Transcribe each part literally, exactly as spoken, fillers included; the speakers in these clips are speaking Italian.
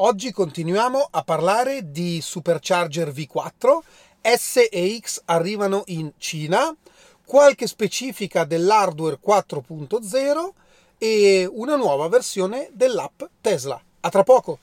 Oggi continuiamo a parlare di Supercharger V quattro, S e X arrivano in Cina, qualche specifica dell'hardware quattro punto zero e una nuova versione dell'app Tesla. A tra poco!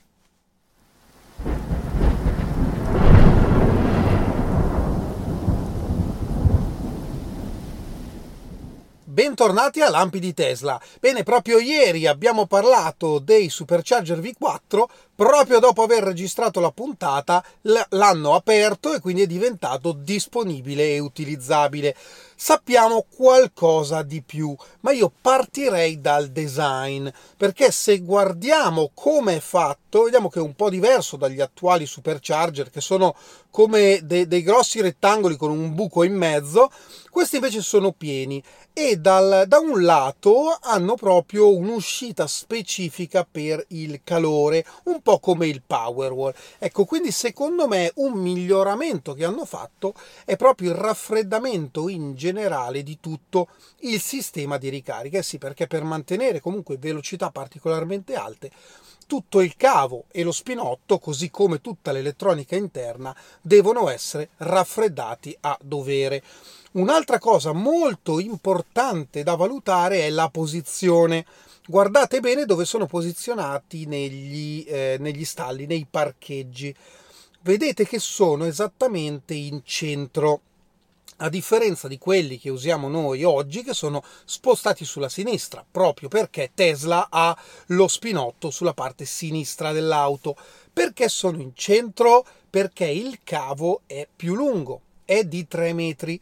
Bentornati a Lampi di Tesla. Bene, proprio ieri abbiamo parlato dei Supercharger V quattro, proprio dopo aver registrato la puntata l'hanno aperto e quindi è diventato disponibile e utilizzabile. Sappiamo qualcosa di più, ma io partirei dal design, perché se guardiamo come è fatto, vediamo che è un po' diverso dagli attuali Supercharger, che sono come de- dei grossi rettangoli con un buco in mezzo. Questi invece sono pieni e dal, da un lato hanno proprio un'uscita specifica per il calore, un po' come il Powerwall. Ecco, quindi secondo me un miglioramento che hanno fatto è proprio il raffreddamento in generale di tutto il sistema di ricarica. Eh sì, perché per mantenere comunque velocità particolarmente alte, tutto il cavo e lo spinotto, così come tutta l'elettronica interna, devono essere raffreddati a dovere. Un'altra cosa molto importante da valutare è la posizione. Guardate bene dove sono posizionati negli, eh, negli stalli, nei parcheggi. Vedete che sono esattamente in centro, a differenza di quelli che usiamo noi oggi, che sono spostati sulla sinistra, proprio perché Tesla ha lo spinotto sulla parte sinistra dell'auto. Perché sono in centro? Perché il cavo è più lungo, è di tre metri.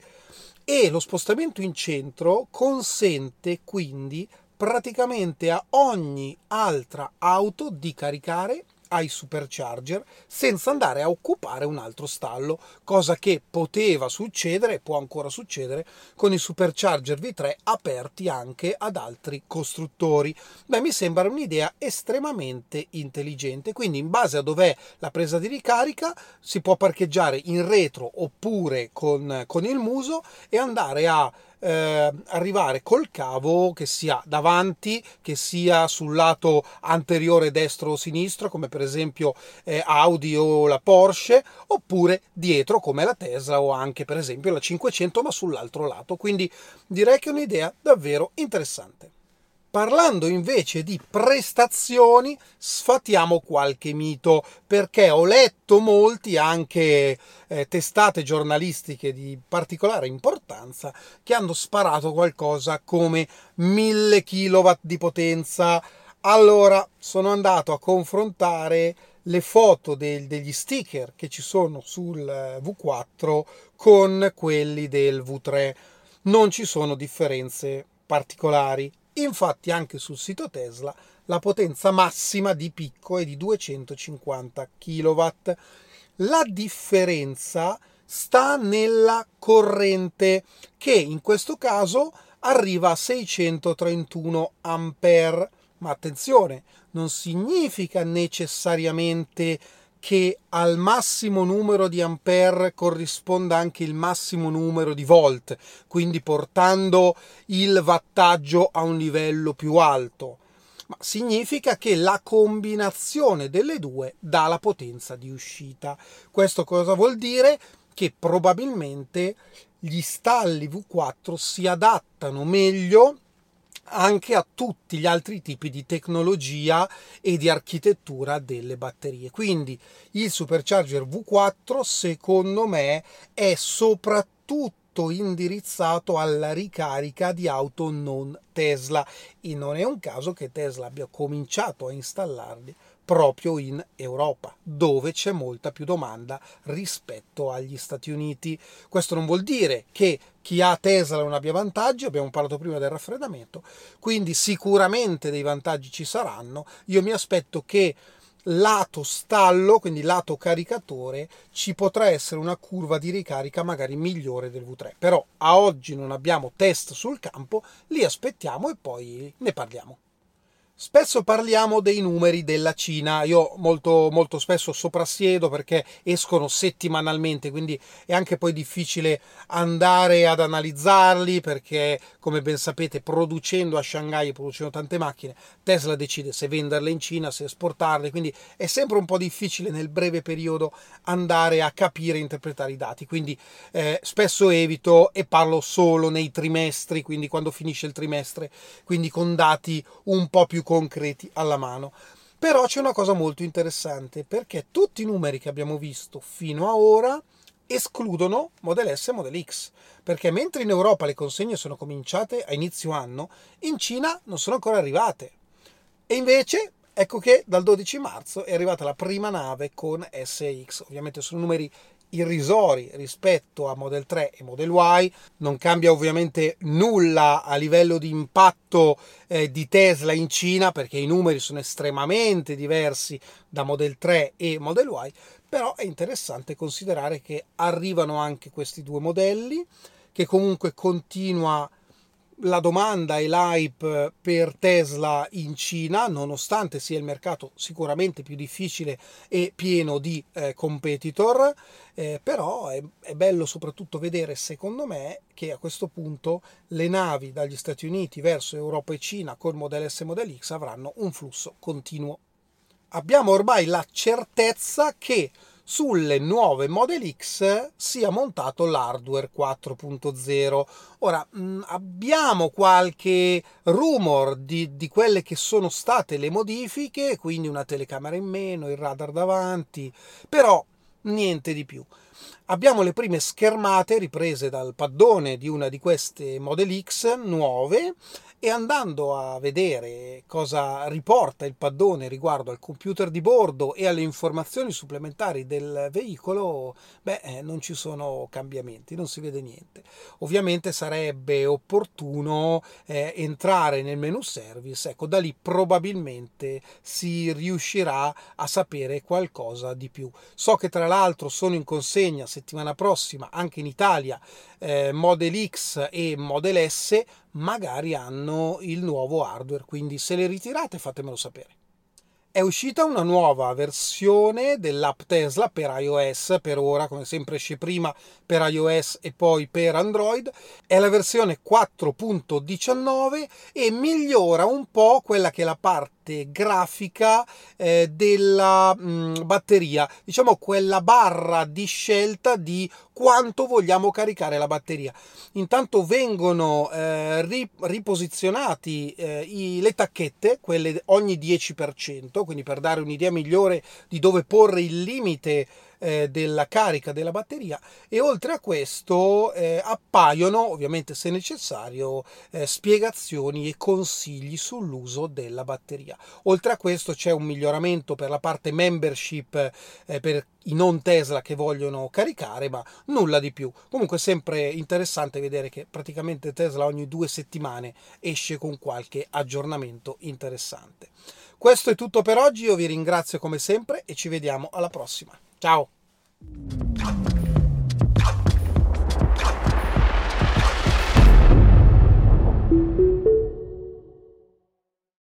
E lo spostamento in centro consente quindi praticamente a ogni altra auto di caricare ai Supercharger senza andare a occupare un altro stallo, cosa che poteva succedere e può ancora succedere con i Supercharger V tre aperti anche ad altri costruttori. Beh, mi sembra un'idea estremamente intelligente, quindi in base a dov'è la presa di ricarica si può parcheggiare in retro oppure con, con il muso e andare a Eh, arrivare col cavo, che sia davanti, che sia sul lato anteriore destro o sinistro, come per esempio eh, Audi o la Porsche, oppure dietro come la Tesla o anche per esempio la cinquecento, ma sull'altro lato. Quindi direi che è un'idea davvero interessante. Parlando invece di prestazioni, sfatiamo qualche mito, perché ho letto molti, anche eh, testate giornalistiche di particolare importanza, che hanno sparato qualcosa come mille kilowatt di potenza. Allora, sono andato a confrontare le foto del, degli sticker che ci sono sul V quattro con quelli del V tre. Non ci sono differenze particolari. Infatti anche sul sito Tesla la potenza massima di picco è di duecentocinquanta chilowatt. La differenza sta nella corrente, che in questo caso arriva a seicentotrentuno ampere. Ma attenzione, non significa necessariamente che al massimo numero di ampere corrisponda anche il massimo numero di volt, quindi portando il wattaggio a un livello più alto, ma significa che la combinazione delle due dà la potenza di uscita. Questo cosa vuol dire? Che probabilmente gli stalli V quattro si adattano meglio anche a tutti gli altri tipi di tecnologia e di architettura delle batterie. Quindi il Supercharger V quattro secondo me è soprattutto indirizzato alla ricarica di auto non Tesla, e non è un caso che Tesla abbia cominciato a installarli proprio in Europa, dove c'è molta più domanda rispetto agli Stati Uniti. Questo non vuol dire che chi ha Tesla non abbia vantaggi, abbiamo parlato prima del raffreddamento, quindi sicuramente dei vantaggi ci saranno. Io mi aspetto che lato stallo, quindi lato caricatore, ci potrà essere una curva di ricarica magari migliore del V tre, però a oggi non abbiamo test sul campo, li aspettiamo e poi ne parliamo. Spesso parliamo dei numeri della Cina, io molto, molto spesso soprassiedo perché escono settimanalmente, quindi è anche poi difficile andare ad analizzarli perché, come ben sapete, producendo a Shanghai e producendo tante macchine, Tesla decide se venderle in Cina, se esportarle, quindi è sempre un po' difficile nel breve periodo andare a capire e interpretare i dati, quindi eh, spesso evito e parlo solo nei trimestri, quindi quando finisce il trimestre, quindi con dati un po' più concreti alla mano. Però c'è una cosa molto interessante, perché tutti i numeri che abbiamo visto fino a ora escludono Model S e Model X, perché mentre in Europa le consegne sono cominciate a inizio anno, in Cina non sono ancora arrivate. E invece ecco che dal dodici marzo è arrivata la prima nave con S e X. Ovviamente sono numeri irrisori rispetto a Model tre e Model Y, non cambia ovviamente nulla a livello di impatto eh, di Tesla in Cina, perché i numeri sono estremamente diversi da Model tre e Model Y, però è interessante considerare che arrivano anche questi due modelli, che comunque continua la domanda e l'hype per Tesla in Cina, nonostante sia il mercato sicuramente più difficile e pieno di eh, competitor, eh, però è, è bello soprattutto vedere, secondo me, che a questo punto le navi dagli Stati Uniti verso Europa e Cina con Model S e Model X avranno un flusso continuo. Abbiamo ormai la certezza che sulle nuove Model X sia montato l'hardware quattro punto zero. Ora, mh, abbiamo qualche rumor di, di quelle che sono state le modifiche, quindi una telecamera in meno, il radar davanti, però niente di più. Abbiamo le prime schermate riprese dal paddone di una di queste Model X nuove, e andando a vedere cosa riporta il paddone riguardo al computer di bordo e alle informazioni supplementari del veicolo, beh, eh, non ci sono cambiamenti, non si vede niente. Ovviamente sarebbe opportuno eh, entrare nel menu service, ecco, da lì probabilmente si riuscirà a sapere qualcosa di più. So che tra l'altro sono in consegna settimana prossima anche in Italia eh, Model X e Model S, magari hanno il nuovo hardware, quindi se le ritirate fatemelo sapere. È uscita una nuova versione dell'app Tesla per iOS, per ora, come sempre esce prima per iOS e poi per Android. È la versione quattro punto diciannove e migliora un po' quella che è la parte grafica eh, della mh, batteria, diciamo quella barra di scelta di quanto vogliamo caricare la batteria. Intanto vengono eh, riposizionati eh, i, le tacchette, quelle ogni dieci per cento, quindi per dare un'idea migliore di dove porre il limite eh, della carica della batteria, e oltre a questo eh, appaiono, ovviamente se necessario, eh, spiegazioni e consigli sull'uso della batteria. Oltre a questo c'è un miglioramento per la parte membership eh, per i non Tesla che vogliono caricare, ma nulla di più. Comunque sempre interessante vedere che praticamente Tesla ogni due settimane esce con qualche aggiornamento interessante. Questo è tutto per oggi, io vi ringrazio come sempre e ci vediamo alla prossima. Ciao!